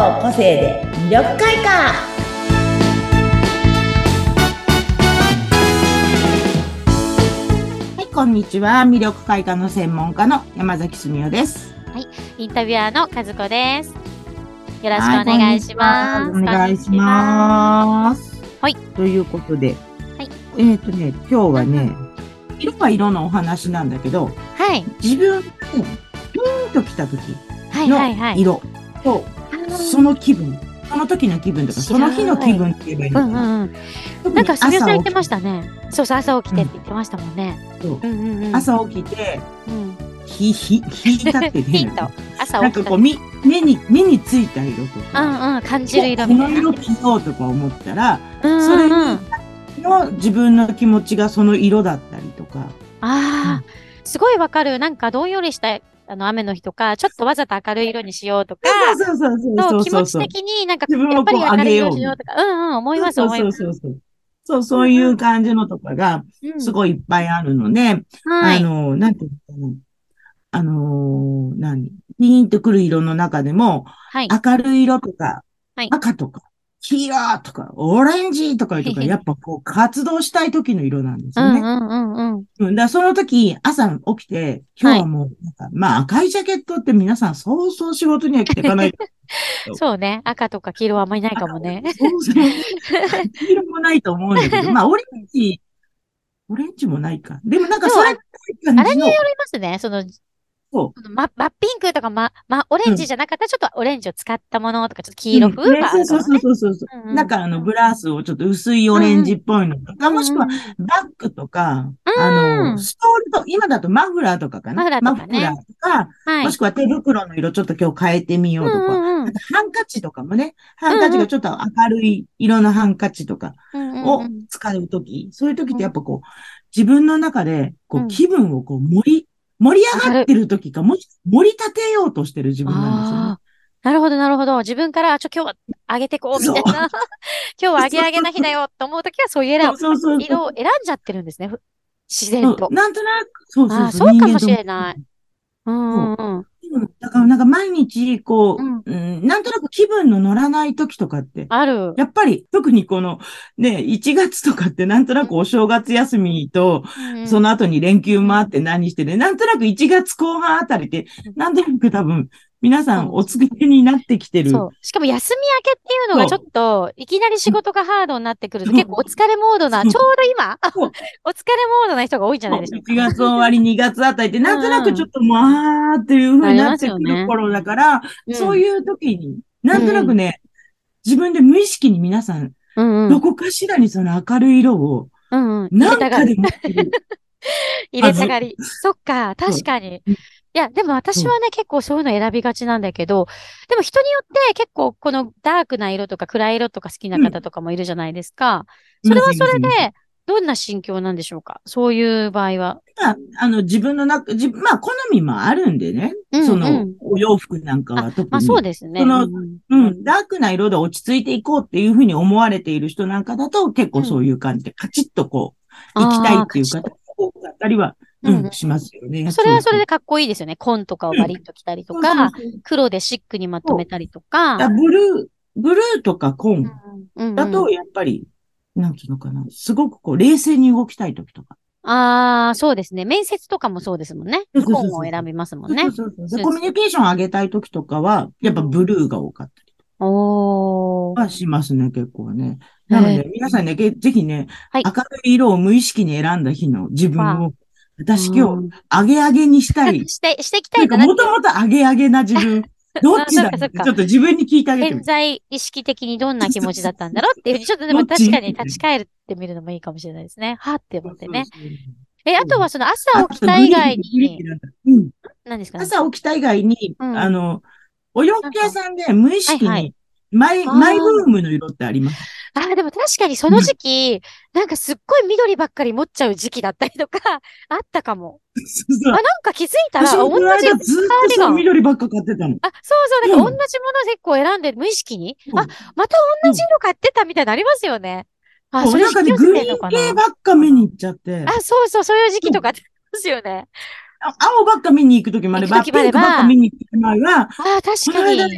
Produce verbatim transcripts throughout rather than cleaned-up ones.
の個性で魅力開花。はい、こんにちは。魅力開花の専門家の山崎澄代です。 はい、インタビュアーの和子です。よろしくお願いします。 お願いします。 はい。 ということで、 はい、 えっとね、今日はね、色は色のお話なんだけど、 はい、 自分がピンときた時の色と、その気分、その時の気分とか、その日の気分って言えばいいのかな。 うんうんうん、なんかすみおさん言ってましたね。そうそう、朝起きてって言ってましたもんね。 うん、そう、うんうんうん、朝起きて、うん、ひ、ひ、引いたってね。 朝起きた。 なんかこう、み、目に、目についた色とか。 うんうん、感じる色みたいな。 この色着ようとか思ったら、うんうんうん、それに、の自分の気持ちがその色だったりとか。 ああ、うん、すごいわかる。なんかどんよりしたあの雨の日とか、ちょっとわざと明るい色にしようとか、 そうそうそうそうそう気持ち的になんか自分をこうやっぱり明るい色上げよう。 しようとか、うんうん、思います思います。 そうそうそうそう。そう、そういう感じのとかが、すごいいっぱいあるので、うん、あの、なんていうのかな。あのー、何ピーンとくる色の中でも、はい、明るい色とか、はい、赤とか、黄色とか、オレンジとかいうとか、やっぱこう活動したい時の色なんですよね。 うんうんうんうん。だその時、朝起きて、今日はもうなんか、はい、まあ赤いジャケットって皆さんそうそう仕事には着ていかない。 そうね。赤とか黄色はあんまりないかもね。 そうそう。黄色もないと思うんだけど、まあオレンジ、オレンジもないか。でもなんかそれっぽい感じの。 あれによりますね。その、 そう。 ま、真ピンクとか、ま、ま、オレンジじゃなかったら、ちょっとオレンジを使ったものとか、ちょっと黄色風があるかもね。 そうそうそうそう。うんうん、なんかあの、ブラウスをちょっと薄いオレンジっぽいのとか、うんうん、もしくはバッグとか、うん、あの、ストールと、今だとマフラーとかかな。マフラーとか、ね、マフラーとか、はい、もしくは手袋の色ちょっと今日変えてみようとか、うんうんうん、あとハンカチとかもね、ハンカチがちょっと明るい色のハンカチとかを使うとき、うんうんうん、そういうときってやっぱこう、自分の中で、こう、気分をこう、盛り、盛り上がってる時か、もし、盛り立てようとしてる自分なんですよね。 なるほど、なるほど。自分から、ちょ、今日は上げてこう、みたいな。今日は上げ上げな日だよ、と思う時は、そういう色を選んじゃってるんですね。自然と。 なんとなく、そうそうそう。そうかもしれない。うんうん。 だからなんか毎日、こう、うんうん、なんとなく気分の乗らない時とかって。 ある。 やっぱり、特にこの、ね、いちがつとかってなんとなくお正月休みと、うん、その後に連休もあって何してね、なんとなくいちがつこう半あたりで、なんとなく多分、皆さんお疲れになってきてる。 そう。しかも休み明けっていうのがちょっと、いきなり仕事がハードになってくると結構お疲れモードな、ちょうど今、お疲れモードな人が多いんじゃないでしょうか。 いちがつ終わり、にがつあたりって、なんとなくちょっともう、あーっていう風になってくる頃だから、うん、そういう時に、なんとなくね、うん、自分で無意識に皆さん、うんうん、どこかしらにその明るい色を、うんうん、なんかで持ってる。 入れたがり。そっか、確かに。いや、でも私はね、うん、結構そういうの選びがちなんだけど、でも人によって結構このダークな色とか暗い色とか好きな方とかもいるじゃないですか。うん、それはそれで、どんな心境なんでしょうか、そういう場合は。 まあ、あの、自分の中、自まあ、好みもあるんでね。うんうん、その、お洋服なんかは特に。 まあ、そうですね。 その、うん、うん、ダークな色で落ち着いていこうっていうふうに思われている人なんかだと、結構そういう感じで、カチッとこう、行きたいっていう方が多かったりは、うん、しますよね。 それはそれでかっこいいですよね。紺とかをバリッと着たりとか、黒でシックにまとめたりとか。 ブルー、ブルーとか紺だと、やっぱり、なんていうのかな。すごくこう、冷静に動きたい時とか。 ああ、そうですね。面接とかもそうですもんね。紺を選びますもんね。 そうそうそうで。コミュニケーション上げたい時とかは、やっぱブルーが多かったりとか。おー。はしますね、結構ね。なので、皆さんね、ぜひね、はい、明るい色を無意識に選んだ日の自分を、私今日、上げ上げにしたい。 して、していきたいな。なんか、もともと上げ上げな自分。どっちだろうってちょっと自分に聞いてあげて。 現在意識的にどんな気持ちだったんだろうっていうふうに、ちょっとでも確かに立ち返ってみるのもいいかもしれないですね。はーって思ってね。そうそうそうえ、あとはその朝起きた以外に、 うん、 何ですかね。 朝起きた以外に、うん、あの、お洋服屋さんで無意識にマイ、はいはい、マイブームの色ってあります。 ああ、でも確かにその時期、うん、なんかすっごい緑ばっかり持っちゃう時期だったりとか、あったかも。あ、なんか気づいたら、同じカーディガン。緑ばっか買ってたの。 あ、そうそう、なんか同じもの結構選んで、無意識に、うん、あ、また同じ色買ってたみたいになりますよね。 あ、それ引き寄せてんのかな。グリーン系ばっか見に行っちゃって。 あ、そうそう、そういう時期とかありますよね。 青ばっか見に行くときもあれば、ピンクばっか見に行くときもあれば、ああ、確かに。 この間ね、本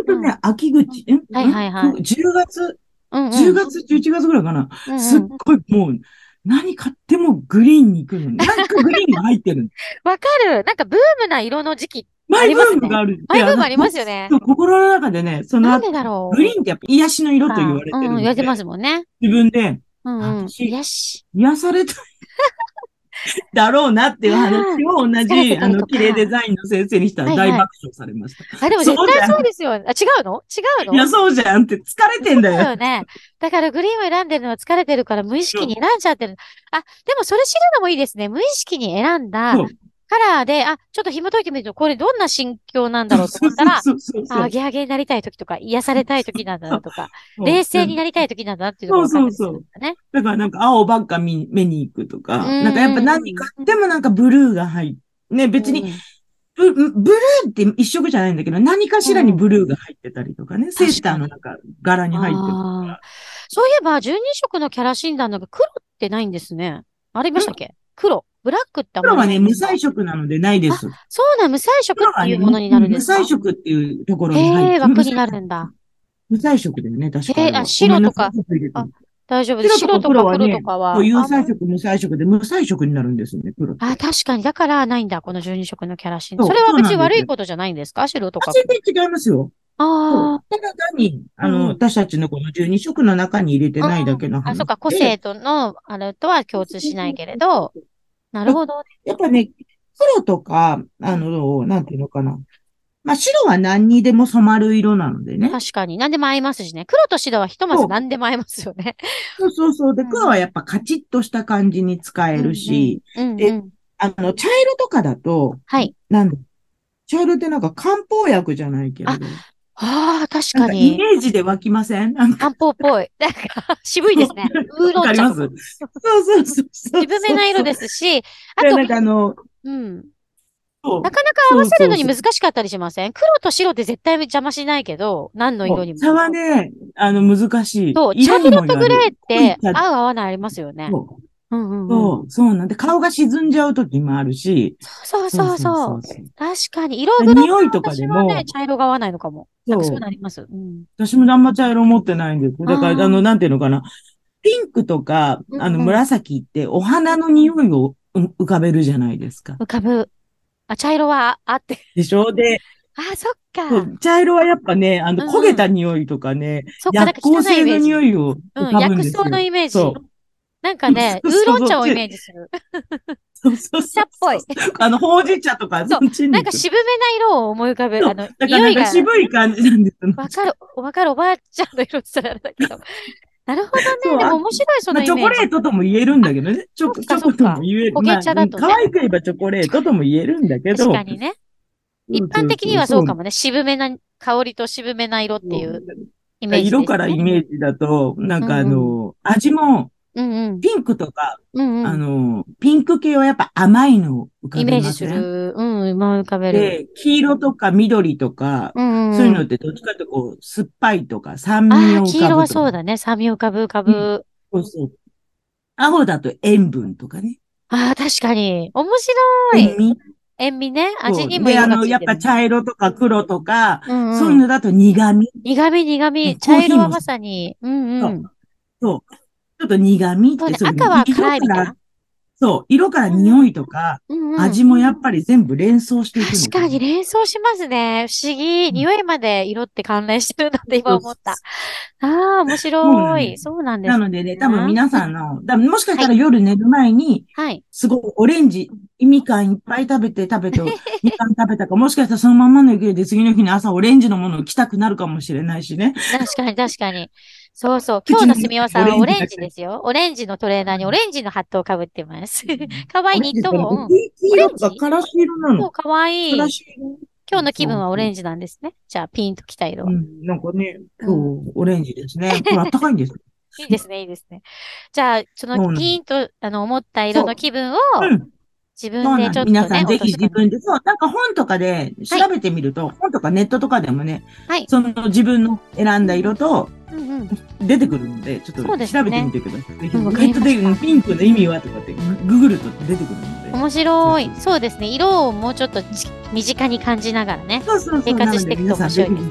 うどね、秋口、んはいはいはい。 じゅうがつ、 うんうん。 じゅうがつ、じゅういちがつぐらいかな。すっうんうん。 ごいもう、何買ってもグリーンに行くの。なんかグリーンが入ってる。 わかる。なんかブームな色の時期あマイブりますね。 ームがある。 マイで、あの、 ブームありまこすよね。 そう心の中でね、その後、 なんでだろグリーンってやっぱ癒しのう。 色と言わか。 れてうんうん、言われてまるので、 すもんね。 自分で、あうんうん。 私、 よし。 癒されただろうなっていう話ああ、 を同じ、 疲れてくるあの、綺麗デとか。 ザインの先生にしたら大はいはい。 爆笑されました。 あ、でも絶対そうじゃん。 そうですよ。あ、違うの違ういや、 のそうじゃんって疲れてそんだよ。 うだよね。だからグリーンを選んでるのは疲れてるから無意識に選んじゃってる。あ、でもそれ知るのもいいですね。無意識に選んだそう。 カラーで、あ、ちょっと紐解いてみると、これどんな心境なんだろうとそう思ったら、 そうそうそうあ、 そう。 アゲアゲになりたい時とか、癒されたい時なんだそうなとか、 そう冷静になりたい時なんだなっていうのがそう分かったりすそうそう。 るんだね。 だからなんか青ばっか見、目に行くとうんか、なんかやっぱうんうん。 何買ってもなんかブルーが入って、ね、別にうんブ、ブルーって一色じゃないんだけど、何かしらにうん。 ブルーが入ってたりとかね、セー確かに。 ターの中、柄に入ってるとああ。 か。 そういえば、じゅうに色のキャラ診断のが黒ってないんですね。ありましたっんけ黒。ブラックってあんまり黒はね、無彩ないんですか？ 色なのでないであ、 す。 そうなん、無彩色っ黒はね、 ていうものになるむ無んですか？ 彩色っていうところに入っへえ、 て、無枠になる彩色、 んだ。 無彩色だよね、確かへえ、あ、 あれは。ごめんなさい、 白とか、 嘘ついててあ、大丈夫です。 白とか白とか黒と黒はね、 かは、 そう有あんま、 彩色、無彩色で無彩色になるんですよね、黒っあ、 て。 確かに。だからないんだ。このじゅうに色のキャラ診断。そそう、そうれは別になんですよ。 悪いことじゃないんですか？白とあ、 か黒。 全然違いますよ。そう。 ああ、 ただ単に、あの、 うんうん。 私たちのこのじゅうに色の中に入れてないだうん。 けのあ、そっ話か。個性で、 との、あれとは共通しないけれど、なるあほど。 やっぱね、黒とか、 うん。 あの、なんていうのかな。まあ、白は何にでも染まる色なのでね。 確かに。何でも合いますしね。黒と白はひとまずそう。 何でも合いますよね。 そうそうそう。で、黒はうんうん。 やっぱカチッとした感じに使えるうんうん。 し、 うんうで、 ん。 あの、茶色とかだと、 はい。 なんだ、茶色ってなんか漢方薬じゃないけれあ、 ど、 ああ、確なんかイかに。 メージで湧きませんなんか、 漢方っぽい。なんか渋いですね。ウーわロンかります茶とか。 そうそうそうそう渋めな色そうそう。 ですし、あで、 と、 なんかあの、 うん。 そう、 なかなか合わそうせるのにそうそう。 難しかったりしません？黒と白って絶対邪魔しないけど、何の色にも。 茶はね、あの、難しそう、 い。色に茶色もよる。 とグレーって濃い茶、 合う合わないありますよね。 そう、 うんうんうん。 そう、そうなんで、顔が沈んじゃう時もあるし、 そうそうそうそうそう。 そうそう。 確かに、色黒が匂いとか私はね、 でも、 茶色が合わないのかも。なんかそういうそう、 のあります。うん。 私もあんま茶色持ってないんです。だから、あの、 ああ、 なんていうのかな。ピンクとか、あの、 うんうん。 紫ってお花の匂いをう浮かべるじゃないですか。 浮かぶ。あ、茶色はあって。 でしょで、 あ、そっか。 そう、茶色はやっぱね、あの、焦げうんうん。 た匂いとかね、 そっか、なんか汚薬効性のいイメージ。 匂いを浮うん、 かぶん薬草のですよ。 イメージ。 そう。 なんかね、 そうウーロそう、そっち。 ン茶をイメージする。 そうそうお茶そうそう。 っぽい。 あの、ほうじ茶とか、 そう。 そっちに行く。 なんか渋めな色を思い浮かべ、 そう。 あの、 だからなんか匂いが、 渋い感じなんですよ。 わかる、わかる、おばあちゃんの色って言ったらあれだけど。なるほどね。 そう、 でもあ、 面白い、そまあ、チョコのイメージ。 レートとも言えるんあ、 だけどね。チョコ、チそっかョコともそっか。 言える。 焦げまあ、うん茶だとね。 可愛く言えばチョコレートとも言えるんだけど、 確かにね。一そうそうそう、 般的にはそうそう。 かもね。渋めな、香りと渋めな色っていうイそうメージですね。 色からイメージだと、なんかあうんうん。 の、味も、 うんうん。 ピンクとか、あうんうん。 の、ピンク系はやっぱ甘いの浮かべイメージませんする。うん、思い浮かべる。 で、黄色とか緑とか、 うんそういううんうん。 のってどっちかというとこう、酸っぱいとか、酸味ああ、 を浮黄色はかぶとか。 そうだね。酸味浮かぶ浮かうん。 ぶ。 そうそう。青だと塩分とかね。 ああ、確かに。面白い。 塩味塩味ね。味そう。で、 にも色があの、 ついてる。 やっぱ茶色とか黒とか、 うんうん。 そういうのだと苦味。 苦味苦味。 ねコ茶色はまーヒーもそう。 さに。うんそう。 うん。 そうちょっと苦味っそうね。 て、そういう赤は色から、 辛いみたいな。 そう、色からうんうん。 匂いとか、 うんうん。 味もやっぱり全部連想していくんですよね。 確かに連想しますね。不思議。 うん。 匂いまで色って関連してるんだって今そう思った。ああ、面そうな白い。 んです。 そうなんですなのでね、多分ね。 皆うん。 さんの、だもしかしはい。 たら夜寝る前に、 はい。 すごいオレンジ、みかんいっぱい食べて食べて、みかん食べたか、もしかしたらそのまんまの勢いで次の日に朝オレンジのものを着たくなるかもしれないしね。 確かに確かに。そうそう。今日口の中のすみおにオレさんはオレンンジが来たり。 ジですよ。オレンジのトレーナーにオレンジのハットをかぶってます。かわいいオレンジってなんかニット帽。うん。 黄黄色とかオレンジからし色なの。 そう、かわいい。 からし色今日の気分そうそう。 はオレンジなんですね。じゃあ、ピンときた色は。 うん、なんかね、 うん。 今日オレンジですね。これあったかいんです。 いいですね、いいですね。じゃあ、そのそうなの。 ピンと、あの、思った色のそ気分う。 をうん。 自分でそうなんです。皆ちょっとね、 さんぜひ落とし込む。 自分で、そう、なんか本とかではい。 調べてみると、本とかネットとかでもね、 はい。 その自分の選んだうんうん。 色とうんうん。 出てくるので、ちょっとそうです調べてみね。 てください。ぜひうん、わかネットでりました。 ピンクの意味はとかってグググると出てくるので。 面そう白い。 そうそう。 そうですね。色をもうちょっとち身近に感じながらね、 そうそうそう。な生活ので皆していくと面さんぜひぜ白いですね。 ひ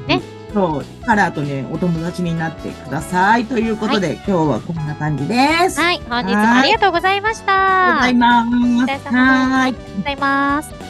そう、カラーとね、お友達になってください。ということで、はい、今日はこんな感じです。 はい。本日もありがとうございました。 ありがとうございます。 お疲れ様です。ありがとうございます。